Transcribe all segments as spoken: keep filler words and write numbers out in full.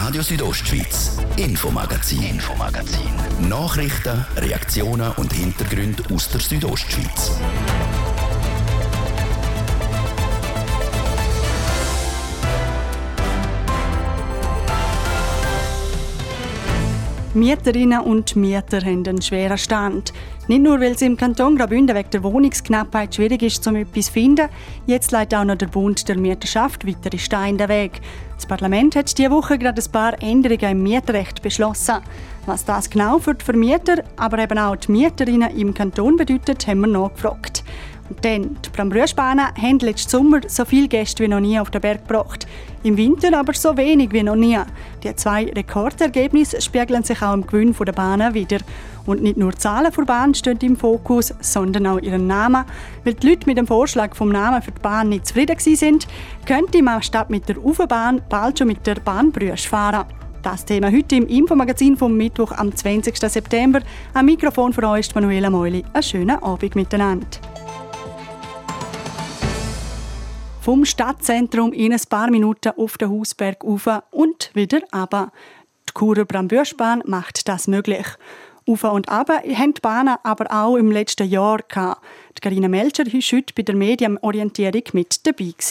Radio Südostschweiz, Infomagazin. Infomagazin. Nachrichten, Reaktionen und Hintergründe aus der Südostschweiz. Mieterinnen und Mieter haben einen schweren Stand. Nicht nur, weil es im Kanton Graubünden wegen der Wohnungsknappheit schwierig ist, um etwas zu finden, jetzt legt auch noch der Bund der Mieterschaft weitere Steine in den Weg. Das Parlament hat diese Woche gerade ein paar Änderungen im Mietrecht beschlossen. Was das genau für die Vermieter, aber eben auch die Mieterinnen im Kanton bedeutet, haben wir nachgefragt. Und dann, die Brambrüschbahnen haben letzten Sommer so viele Gäste wie noch nie auf den Berg gebracht. Im Winter aber so wenig wie noch nie. Die zwei Rekordergebnisse spiegeln sich auch im Gewinn der Bahnen wider. Und nicht nur die Zahlen der Bahn stehen im Fokus, sondern auch ihren Namen. Weil die Leute mit dem Vorschlag vom Namen für die Bahn nicht zufrieden waren, könnte man statt mit der Uferbahn bald schon mit der Bahnbrüsch fahren. Das Thema heute im Infomagazin vom Mittwoch am zwanzigsten September. Am Mikrofon für euch ist Manuela Meuli. Einen schönen Abend miteinander. Vom Stadtzentrum in ein paar Minuten auf den Hausberg rauf und wieder runter. Die Churer Brambrüschbahn macht das möglich. Rauf und runter haben die Bahnen aber auch im letzten Jahr gehabt. Die Carina Melcher war heute bei der Medienorientierung mit dabei. Es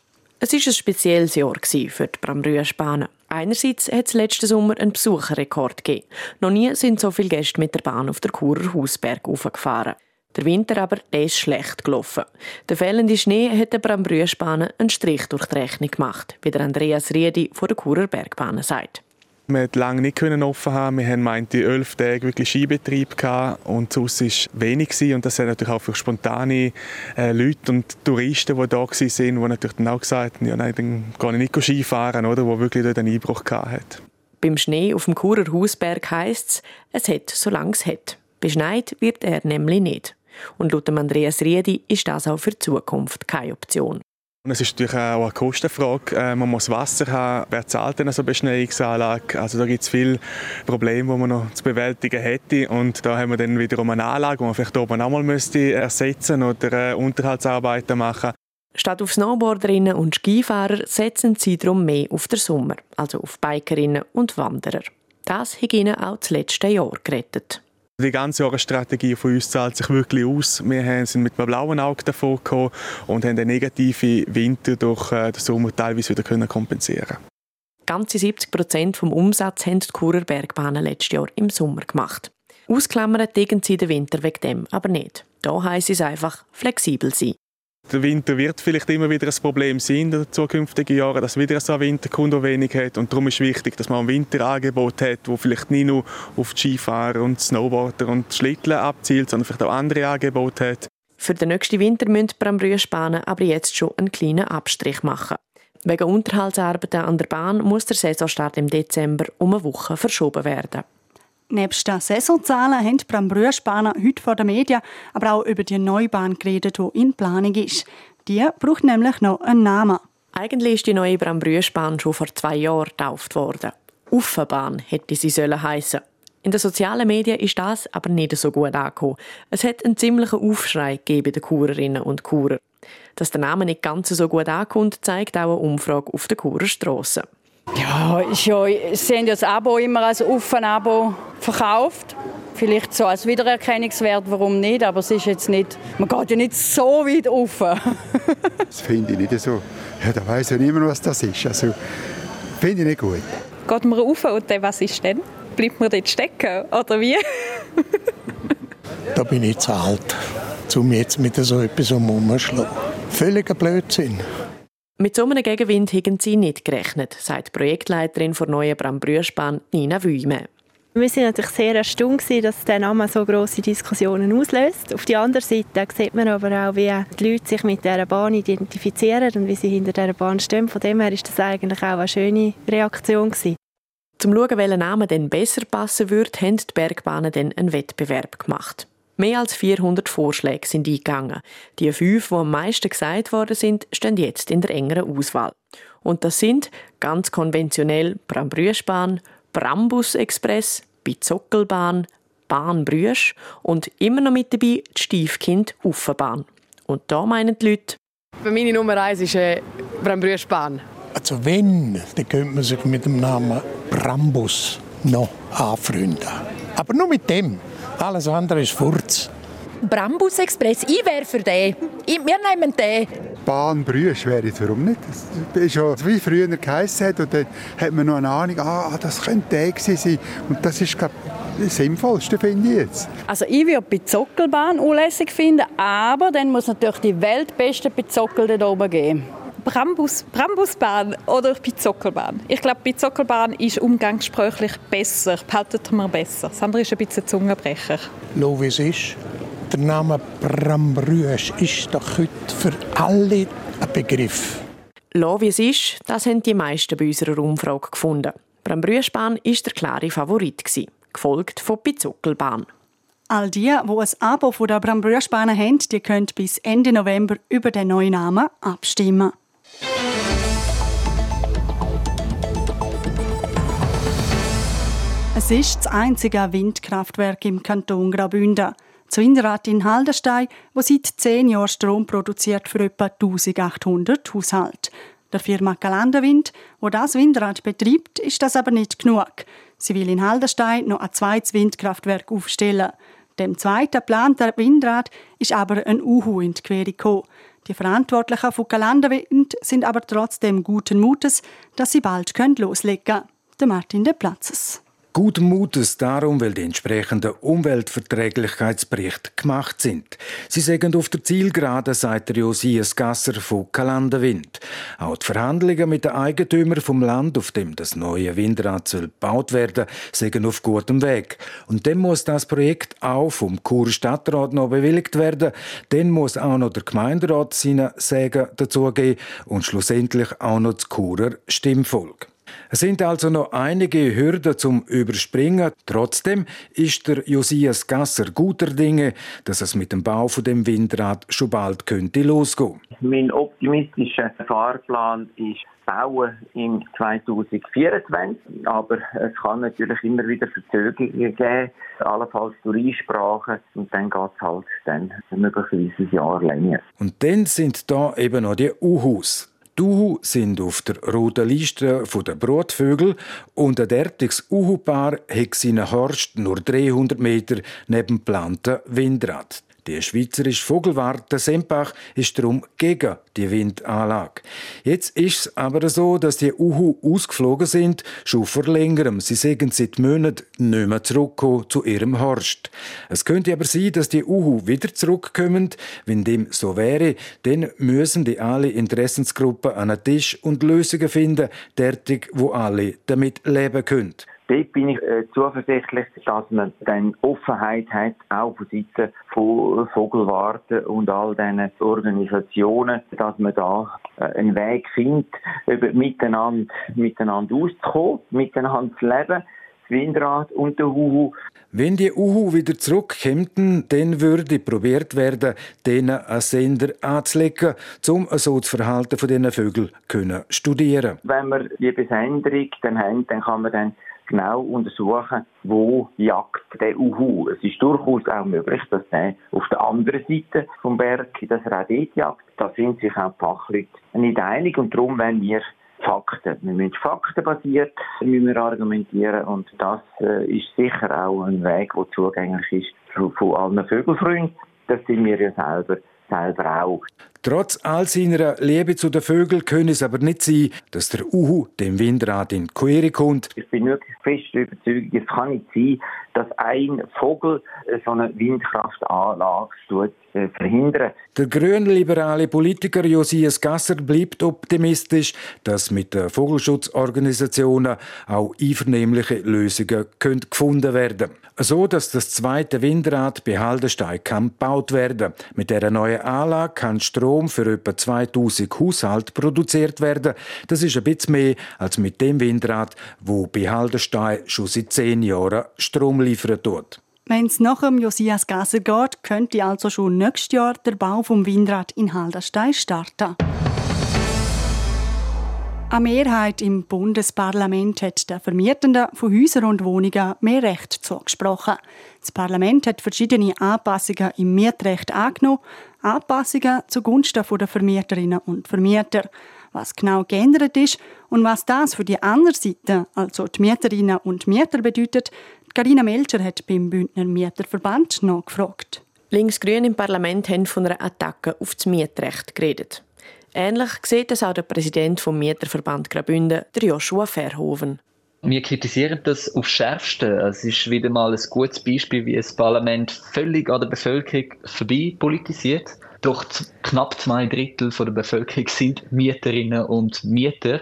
war ein spezielles Jahr für die Brambrüschbahnen. Einerseits hat es letzten Sommer einen Besucherrekord gegeben. Noch nie sind so viele Gäste mit der Bahn auf der Churer Hausberg raufgefahren. Der Winter aber, der ist schlecht gelaufen. Der fehlende Schnee hat den Brambrüschbahnen einen Strich durch die Rechnung gemacht, wie der Andreas Riedi von der Churer Bergbahnen sagt. Wir konnten lange nicht offen haben. Wir hatten meinte elf Tage wirklich Skibetrieb gehabt und sonst war es wenig gewesen. Und das sind natürlich auch für spontane äh, Leute und Touristen, die da waren, die natürlich dann auch gesagt haben, ja, nein, dann gehe ich nicht Skifahren, oder, wo wirklich dort einen Einbruch gehabt hat. Beim Schnee auf dem Churer Hausberg heisst es, es hat, solange es hat. Beschneit wird er nämlich nicht. Und laut Andreas Riedi ist das auch für die Zukunft keine Option. Und es ist natürlich auch eine Kostenfrage. Man muss Wasser haben. Wer zahlt denn so eine Beschneiungsanlage? Also da gibt es viele Probleme, die man noch zu bewältigen hätte. Und da haben wir dann wiederum eine Anlage, die man vielleicht oben auch mal müsste ersetzen oder Unterhaltsarbeiten machen. Statt auf Snowboarderinnen und Skifahrer setzen sie darum mehr auf den Sommer, also auf Bikerinnen und Wanderer. Das hat ihnen auch das letzte Jahr gerettet. Die ganze Jahresstrategie von uns zahlt sich wirklich aus. Wir sind mit einem blauen Auge davon gekommen und haben den negativen Winter durch den Sommer teilweise wieder kompensieren. Ganze siebzig Prozent des Umsatzes haben die Churer Bergbahnen letztes Jahr im Sommer gemacht. Ausklammern degen sie den Winter wegen dem aber nicht. Da heisst es einfach flexibel sein. Der Winter wird vielleicht immer wieder ein Problem sein in den zukünftigen Jahren, dass wieder so ein Winter kommt, der wenig hat. Und darum ist es wichtig, dass man ein Winterangebot hat, das vielleicht nicht nur auf die Skifahrer und Snowboarder und Schlitteln abzielt, sondern vielleicht auch andere Angebote hat. Für den nächsten Winter müssen die Brambrüschbahnen aber jetzt schon einen kleinen Abstrich machen. Wegen Unterhaltsarbeiten an der Bahn muss der Saisonstart im Dezember um eine Woche verschoben werden. Nebst den Saisonzahlen haben die Brambrüschbahnen heute vor den Medien aber auch über die neue Bahn geredet, die in Planung ist. Die braucht nämlich noch einen Namen. Eigentlich ist die neue Brambrüschbahn schon vor zwei Jahren getauft worden. Uferbahn hätte sie sollen heissen. In den sozialen Medien ist das aber nicht so gut angekommen. Es hat einen ziemlichen Aufschrei gegeben bei den Churerinnen und Churer. Dass der Name nicht ganz so gut ankommt, zeigt auch eine Umfrage auf der Churer Strasse. Ja, ist ja, sie haben ja das Abo immer als Uffen-Abo verkauft. Vielleicht so als Wiedererkennungswert, warum nicht, aber es ist jetzt nicht, man geht ja nicht so weit rauf. Das finde ich nicht so. Ja, da weiss ja niemand, was das ist. Also, finde ich nicht gut. Geht man rauf und dann, was ist denn? Bleibt man dort stecken, oder wie? Da bin ich zu alt, um jetzt mit so etwas umzuschlagen. Völliger Blödsinn. Mit so einem Gegenwind haben sie nicht gerechnet, sagt die Projektleiterin der neuen Brambrüschbahn Nina Wüime. Wir waren natürlich sehr erstaunt, dass der Name so grosse Diskussionen auslöst. Auf der anderen Seite sieht man aber auch, wie die Leute sich mit dieser Bahn identifizieren und wie sie hinter dieser Bahn stehen. Von dem her war das eigentlich auch eine schöne Reaktion gewesen. Zum schauen, welcher Name denn besser passen würde, haben die Bergbahnen dann einen Wettbewerb gemacht. Mehr als vierhundert Vorschläge sind eingegangen. Die fünf, die am meisten gesagt worden sind, stehen jetzt in der engeren Auswahl. Und das sind ganz konventionell Brambrüschbahn, Brambus-Express, Bizockelbahn, Bahnbrüsch und immer noch mit dabei die Stiefkind-Uffenbahn. Und da meinen die Leute, meine Nummer eins ist äh, Brambrüschbahn. Also wenn, dann könnte man sich mit dem Namen Brambus noch anfreunden. Aber nur mit dem. Alles andere ist Furz. Brambus Express, ich wäre für den. Ich, wir nehmen den. Bahn Brüsch wäre ich, warum nicht? Das ist ja, wie früher geheissen hat, und dann hat man noch eine Ahnung, ah, das könnte der gewesen sein. Und das ist, glaube ich, das Sinnvollste, finde ich jetzt. Also ich würde die Zockelbahn unlässig finden, aber dann muss natürlich die weltbeste Bizockel dort oben geben. Brambus, Brambusbahn oder Bizockelbahn? Ich glaube, Bizockelbahn ist umgangssprachlich besser, behaltet man besser. Das andere ist ein bisschen Zungenbrecher. Schau, wie es ist. Der Name Brambrüsch ist doch heute für alle ein Begriff. «Lass, wie es ist», das haben die meisten bei unserer Umfrage gefunden. Brambrüschbahn war der klare Favorit, gefolgt von Bizockelbahn. All die, die ein Abo von der Brambrüschbahn haben, die können bis Ende November über den neuen Namen abstimmen. Es ist das einzige Windkraftwerk im Kanton Graubünden. Das Windrad in Haldenstein, das seit zehn Jahren Strom produziert für etwa eintausendachthundert Haushalte. Der Firma Calandawind, die das Windrad betreibt, ist das aber nicht genug. Sie will in Haldenstein noch ein zweites Windkraftwerk aufstellen. Dem zweiten geplanten Windrad ist aber ein Uhu in die Quere gekommen. Die Verantwortlichen von Calandawind sind aber trotzdem guten Mutes, dass sie bald loslegen können. Der Martin de Platzes. Guten Mutes darum, weil die entsprechenden Umweltverträglichkeitsberichte gemacht sind. Sie sägen auf der Zielgerade, sagt der Josias Gasser von Calandawind. Auch die Verhandlungen mit den Eigentümern vom Land, auf dem das neue Windrad soll gebaut werden, sägen auf gutem Weg. Und dann muss das Projekt auch vom Churer Stadtrat noch bewilligt werden. Dann muss auch noch der Gemeinderat seine Sägen dazugeben und schlussendlich auch noch das Churer Stimmvolk. Es sind also noch einige Hürden zum Überspringen. Trotzdem ist der Josias Gasser guter Dinge, dass es mit dem Bau von dem Windrad schon bald könnte losgehen. Mein optimistischer Fahrplan ist Bauen im zweitausendvierundzwanzig, aber es kann natürlich immer wieder Verzögerungen geben, allenfalls durch Einsprachen, und dann geht es halt dann möglicherweise ein Jahr länger. Und dann sind da eben noch die Uhus. Die Uhu sind auf der roten Liste der Brutvögel und ein derartiges Uhu-Paar hat seinen Horst nur dreihundert Meter neben dem geplanten Windrad. Die schweizerische Vogelwarte Sempach ist darum gegen die Windanlage. Jetzt ist es aber so, dass die Uhu ausgeflogen sind, schon vor längerem. Sie sagen seit Monaten nicht mehr zurückkommen zu ihrem Horst. Es könnte aber sein, dass die Uhu wieder zurückkommen. Wenn dem so wäre, dann müssen die alle Interessensgruppen an einen Tisch und Lösungen finden, derartig, wo alle damit leben können. Dort bin ich äh, zuversichtlich, dass man dann Offenheit hat, auch von Seiten von Vogelwarten und all diesen Organisationen, dass man da äh, einen Weg findet, über miteinander, miteinander auszukommen, miteinander zu leben, das Windrad und der Uhu. Wenn die Uhu wieder zurückkämen, dann würde probiert werden, denen einen Sender anzulegen, um so das Verhalten von diesen Vögeln zu studieren. Wenn wir die Besenderung dann haben, dann kann man dann genau untersuchen, wo jagt der Uhu. Es ist durchaus auch möglich, dass der auf der anderen Seite vom Berg, dass er auch dort jagt. Da sind sich auch die Fachleute nicht einig, und darum wollen wir Fakten. Wir müssen faktenbasiert müssen wir argumentieren, und das äh, ist sicher auch ein Weg, der zugänglich ist von allen Vögelfreunden. Das sind wir ja selber, selber auch. Trotz all seiner Liebe zu den Vögeln kann es aber nicht sein, dass der Uhu dem Windrad in die Quere kommt. Ich bin wirklich fest überzeugt, es kann nicht sein, dass ein Vogel so eine Windkraftanlage äh, verhindern. Der grünliberale Politiker Josias Gasser bleibt optimistisch, dass mit den Vogelschutzorganisationen auch einvernehmliche Lösungen können gefunden werden können. So dass das zweite Windrad bei Haldenstein kann gebaut werden. Mit dieser neuen Anlage kann Strom für etwa zweitausend Haushalte produziert werden. Das ist ein bisschen mehr als mit dem Windrad, wo bei Haldenstein schon seit zehn Jahren Strom liefern tut. Wenn es nach dem Josias Gasser geht, könnte also schon nächstes Jahr der Bau vom Windrad in Haldenstein starten. Eine Mehrheit im Bundesparlament hat den Vermietenden von Häusern und Wohnungen mehr Recht zugesprochen. Das Parlament hat verschiedene Anpassungen im Mietrecht angenommen, Anpassungen zugunsten der Vermieterinnen und Vermieter. was genau geändert ist und was das für die andere Seite, also die Mieterinnen und Mieter, bedeutet. Carina Melcher hat beim Bündner Mieterverband nachgefragt. Linksgrün im Parlament haben von einer Attacke auf das Mietrecht geredet. Ähnlich sieht es auch der Präsident vom Mieterverband Graubünden, der Joshua Verhoeven. Wir kritisieren das aufs Schärfste. Es ist wieder mal ein gutes Beispiel, wie das Parlament völlig an der Bevölkerung vorbei politisiert. Doch knapp zwei Drittel der Bevölkerung sind Mieterinnen und Mieter.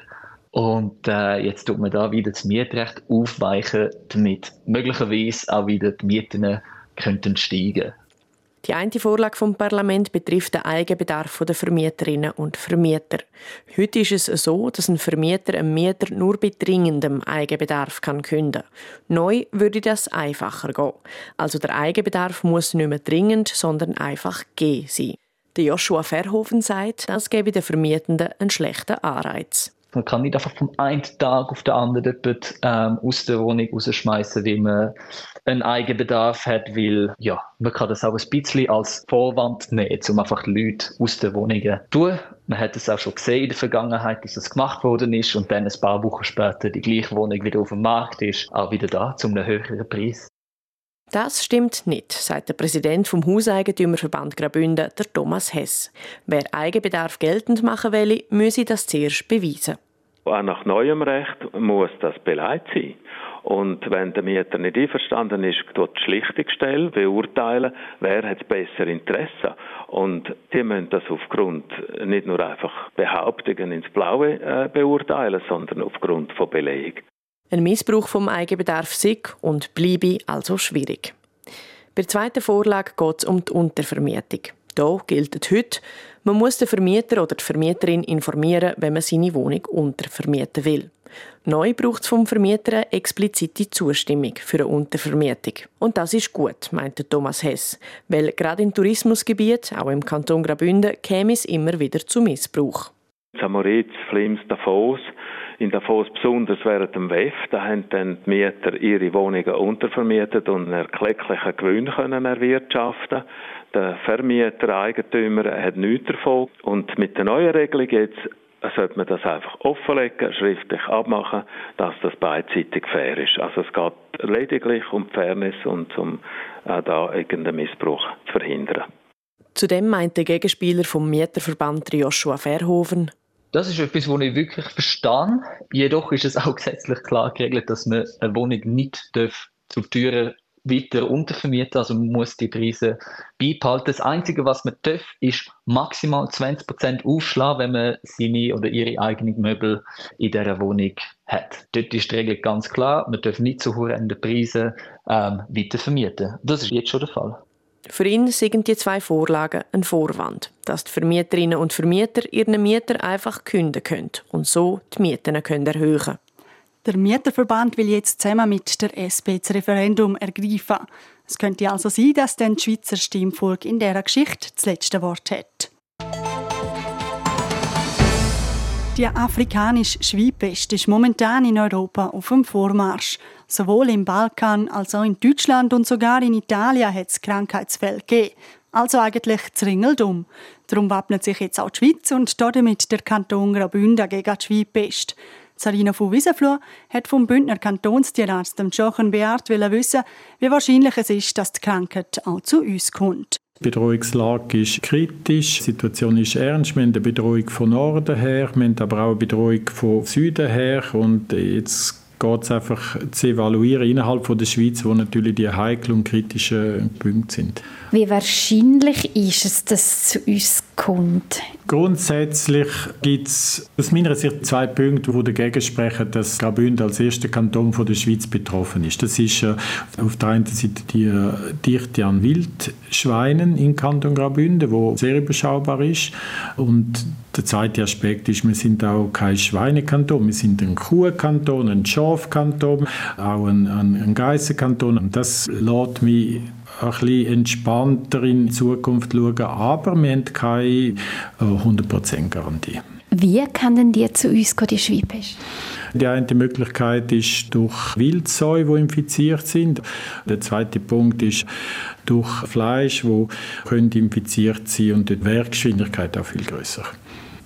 Und äh, jetzt tut man da wieder das Mietrecht aufweichen, damit möglicherweise auch wieder die Mieten könnten steigen. Die eine Vorlage vom Parlament betrifft den Eigenbedarf der Vermieterinnen und Vermieter. Heute ist es so, dass ein Vermieter einem Mieter nur bei dringendem Eigenbedarf kann kündigen. Neu würde das einfacher gehen. Also der Eigenbedarf muss nicht mehr dringend, sondern einfach gegeben sein. Der Joshua Verhoeven sagt, das gebe den Vermietenden einen schlechten Anreiz. Man kann nicht einfach vom einen Tag auf den anderen jemanden ähm, aus der Wohnung rausschmeißen, weil man einen Eigenbedarf hat, weil ja, man kann das auch ein bisschen als Vorwand nehmen, um einfach die Leute aus den Wohnungen zu tun. Man hat es auch schon gesehen in der Vergangenheit, dass das gemacht worden ist und dann ein paar Wochen später die gleiche Wohnung wieder auf dem Markt ist, auch wieder da, zu einem höheren Preis. Das stimmt nicht, sagt der Präsident vom Hauseigentümerverband Graubünden, der Thomas Hess. Wer Eigenbedarf geltend machen will, müsse das zuerst beweisen. Auch nach neuem Recht muss das beleidigt sein. Und wenn der Mieter nicht einverstanden ist, tut die Schlichtungsstelle beurteilen, wer hat das bessere Interesse. Und die müssen das aufgrund nicht nur einfach Behauptungen ins Blaue äh, beurteilen, sondern aufgrund von Beleg. Ein Missbrauch vom Eigenbedarf sei und bleibe also schwierig. Bei der zweiten Vorlage geht es um die Untervermietung. Hier gilt heute, man muss den Vermieter oder die Vermieterin informieren, wenn man seine Wohnung untervermieten will. Neu braucht es vom Vermieter eine explizite Zustimmung für eine Untervermietung. Und das ist gut, meinte Thomas Hess, weil gerade im Tourismusgebiet, auch im Kanton Graubünden, käme es immer wieder zu Missbrauch. Samoritz, Flims, Davos. In Davos besonders während dem W E F, da haben dann die Mieter ihre Wohnungen untervermietet und einen erklecklichen Gewinn können erwirtschaften. Der Vermieter, Eigentümer hat nichts davon. Und mit der neuen Regelung jetzt sollte man das einfach offenlegen, schriftlich abmachen, dass das beidseitig fair ist. Also es geht lediglich um die Fairness und um äh, da irgendeinen Missbrauch zu verhindern. Zudem meint der Gegenspieler vom Mieterverband Joshua Verhoeven: Das ist etwas, was ich wirklich verstehe. Jedoch ist es auch gesetzlich klar geregelt, dass man eine Wohnung nicht zur Tür weiter untervermieten darf. Also man muss die Preise beibehalten. Das Einzige, was man darf, ist maximal zwanzig Prozent aufschlagen, wenn man seine oder ihre eigenen Möbel in dieser Wohnung hat. Dort ist die Regel ganz klar. Man darf nicht zu horrenden Preisen ähm, weiter vermieten. Das ist jetzt schon der Fall. Für ihn sind die zwei Vorlagen ein Vorwand, dass die Vermieterinnen und Vermieter ihren Mieter einfach kündigen können und so die Mieten können erhöhen. Der Mieterverband will jetzt zusammen mit der S P das Referendum ergreifen. Es könnte also sein, dass dann das Schweizer Stimmvolk in dieser Geschichte das letzte Wort hat. Die afrikanische Schweinpest ist momentan in Europa auf dem Vormarsch. Sowohl im Balkan als auch in Deutschland und sogar in Italien hat es Krankheitsfälle gegeben. Also eigentlich das Ringeldum. Darum wappnet sich jetzt auch die Schweiz und damit der Kanton Graubünden gegen die Schweinpest. Sarina von Wiesenfluh hat vom Bündner Kantonstierarzt Jochen Beard wissen, wie wahrscheinlich es ist, dass die Krankheit auch zu uns kommt. Die Bedrohungslage ist kritisch, die Situation ist ernst. Wir haben eine Bedrohung von Norden her, wir haben aber auch eine Bedrohung von Süden her. Und jetzt geht es einfach zu evaluieren innerhalb von der Schweiz, wo natürlich die heiklen und kritischen Punkte sind. Wie wahrscheinlich ist es, dass es zu uns kommt? Grundsätzlich gibt es aus meiner Sicht zwei Punkte, die dagegen sprechen, dass Graubünden als erster Kanton von der Schweiz betroffen ist. Das ist äh, auf der einen Seite die äh, Dichte an Wildschweinen im Kanton Graubünden, die sehr überschaubar ist. Und der zweite Aspekt ist, wir sind auch kein Schweinekanton, wir sind ein Kuhkanton, ein Schafkanton, auch ein, ein, ein Geissenkanton. Und das lässt mich ein bisschen entspannter in die Zukunft schauen, aber wir haben keine hundert Prozent Garantie. Wie kann denn die zu uns kommen, die Schweinpest? Die eine Möglichkeit ist durch Wildsäue, die infiziert sind. Der zweite Punkt ist durch Fleisch, das infiziert sein könnte und die Werkgeschwindigkeit auch viel grösser.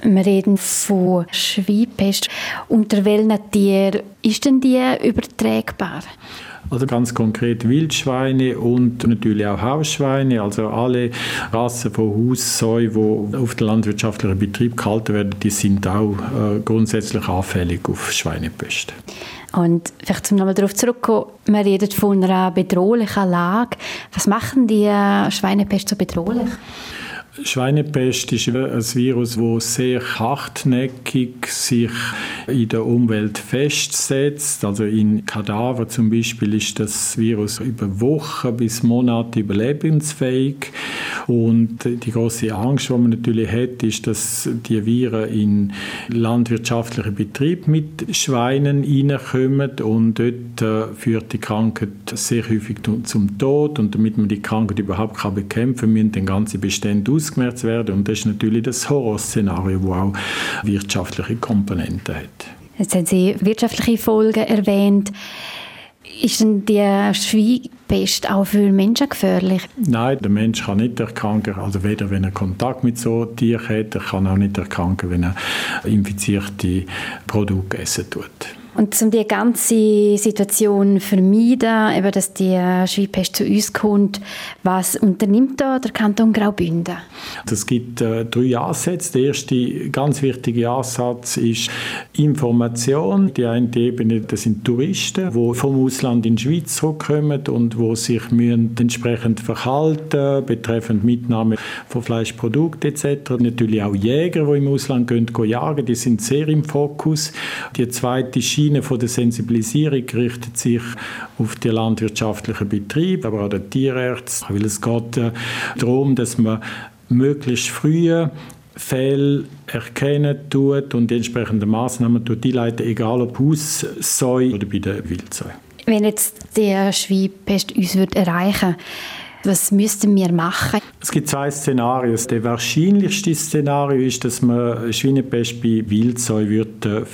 Wir reden von Schweinpest. Unter welchen Tieren ist denn die übertragbar? Also ganz konkret Wildschweine und natürlich auch Hausschweine, also alle Rassen von Haussäuen, die auf den landwirtschaftlichen Betrieb gehalten werden, die sind auch äh, grundsätzlich anfällig auf Schweinepest. Und vielleicht zum nochmal darauf zurückkommen, wir reden von einer bedrohlichen Lage. Was machen die Schweinepest so bedrohlich? Schweinepest ist ein Virus, das sehr hartnäckig sich in der Umwelt festsetzt. Also in Kadavern zum Beispiel ist das Virus über Wochen bis Monate überlebensfähig. Und die große Angst, die man natürlich hat, ist, dass die Viren in landwirtschaftlichen Betrieb mit Schweinen hineinkommen und dort äh, führt die Krankheit sehr häufig zum Tod. Und damit man die Krankheit überhaupt kann bekämpfen kann, müssen dann ganze Bestände ausgemerzt werden. Und das ist natürlich das Horrorszenario, das auch wirtschaftliche Komponenten hat. Jetzt haben Sie wirtschaftliche Folgen erwähnt. Ist denn die Schweinpest auch für Menschen gefährlich? Nein, der Mensch kann nicht erkranken, also weder wenn er Kontakt mit so Tieren hat, er kann auch nicht erkranken, wenn er infizierte Produkte essen tut. Und um die ganze Situation zu vermeiden, eben, dass die Schweinpest zu uns kommt, was unternimmt da der Kanton Graubünden? Es gibt äh, drei Ansätze. Der erste ganz wichtige Ansatz ist Information. Die eine Ebene, das sind Touristen, die vom Ausland in die Schweiz zurückkommen und die sich müssen entsprechend verhalten betreffend Mitnahme von Fleischprodukten et cetera. Natürlich auch Jäger, die im Ausland gehen, gehen jagen, die sind sehr im Fokus. Die zweite Schiene von der Sensibilisierung richtet sich auf die landwirtschaftlichen Betriebe, aber auch die Tierärzte, weil es geht äh, darum, dass man möglichst früh Fälle erkennen tut und die entsprechenden Massnahmen einleiten, egal ob Haussäue oder bei der Wildsäue. Wenn jetzt die Schweinpest uns erreichen würde, was müssten wir machen? Es gibt zwei Szenarien. Das wahrscheinlichste Szenario ist, dass man Schweinepest bei Wildsäue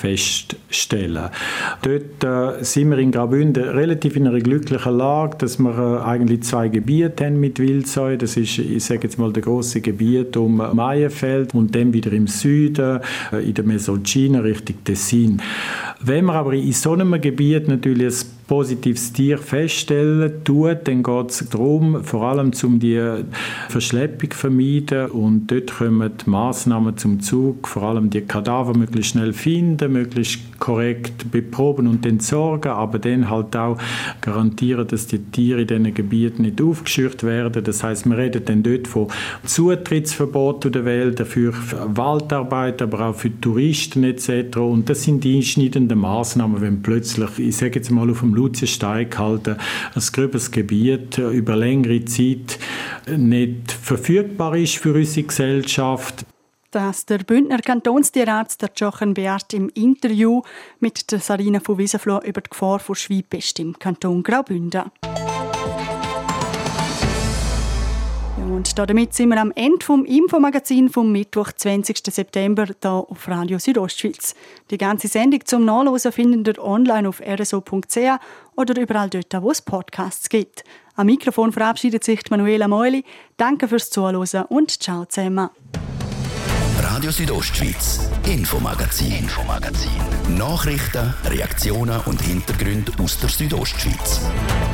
feststellen würde. Dort äh, sind wir in Graubünden relativ in einer glücklichen Lage, dass wir äh, eigentlich zwei Gebiete haben mit Wildsäue. Das ist, ich sage jetzt mal, das grosse Gebiet um Maienfeld und dann wieder im Süden, äh, in der Mesolcina, Richtung Tessin. Wenn man aber in so einem Gebiet natürlich ein positives Tier feststellen tut, dann geht es darum, vor allem um die Verschleppung zu vermeiden, und dort kommen die Massnahmen zum Zug, vor allem die Kadaver möglichst schnell finden, möglichst korrekt beproben und entsorgen, aber dann halt auch garantieren, dass die Tiere in diesen Gebieten nicht aufgeschürt werden. Das heisst, wir reden dann dort von Zutrittsverbot zu den Wäldern für Waldarbeit, aber auch für Touristen et cetera. Und das sind die einschneidenden Massnahmen, wenn plötzlich, ich sage jetzt mal auf dem Luziensteig halt, ein gröberes Gebiet über längere Zeit nicht verfügbar ist für unsere Gesellschaft. Das der Bündner Kantonstierarzt Jochen Beat im Interview mit der Sarina von Wiesenfloh über die Gefahr von Schweinpest im Kanton Graubünden. Und damit sind wir am Ende vom Infomagazin vom Mittwoch, zwanzigsten September, hier auf Radio Südostschweiz. Die ganze Sendung zum Nachlesen findet ihr online auf r s o punkt c h oder überall dort, wo es Podcasts gibt. Am Mikrofon verabschiedet sich Manuela Meuli. Danke fürs Zuhören und ciao zusammen. Radio Südostschweiz, Infomagazin. Infomagazin. Nachrichten, Reaktionen und Hintergründe aus der Südostschweiz.